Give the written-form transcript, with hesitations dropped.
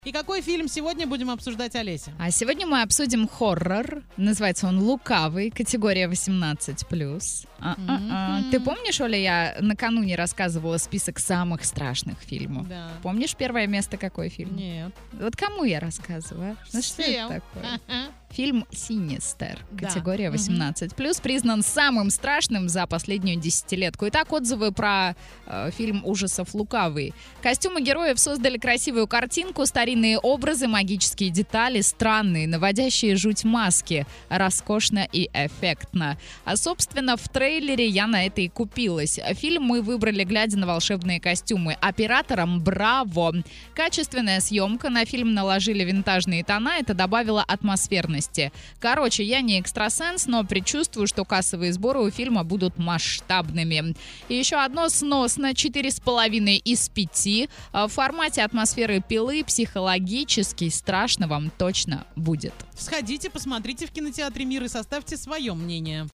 И какой фильм сегодня будем обсуждать, Олеся? А сегодня мы обсудим хоррор. Называется он «Лукавый», категория 18+. Ты помнишь, Оля, я накануне рассказывала список самых страшных фильмов? Да. Помнишь первое место какой фильм? Нет. Вот кому я рассказываю? Ну что это такое? Фильм «Синистер», категория 18+, признан самым страшным за последнюю десятилетку. Итак, отзывы про фильм ужасов «Лукавый». Костюмы героев создали красивую картинку, старинные образы, магические детали, странные, наводящие жуть маски. Роскошно и эффектно. А, собственно, в трейлере я на это и купилась. Фильм мы выбрали, глядя на волшебные костюмы. Операторам браво! Качественная съемка. На фильм наложили винтажные тона. Это добавило атмосферности. Короче, я не экстрасенс, но предчувствую, что кассовые сборы у фильма будут масштабными. И еще одно сносно 4,5 из 5. В формате атмосферы «Пилы» психологически страшно вам точно будет. Сходите, посмотрите в кинотеатре «Мир» и составьте свое мнение.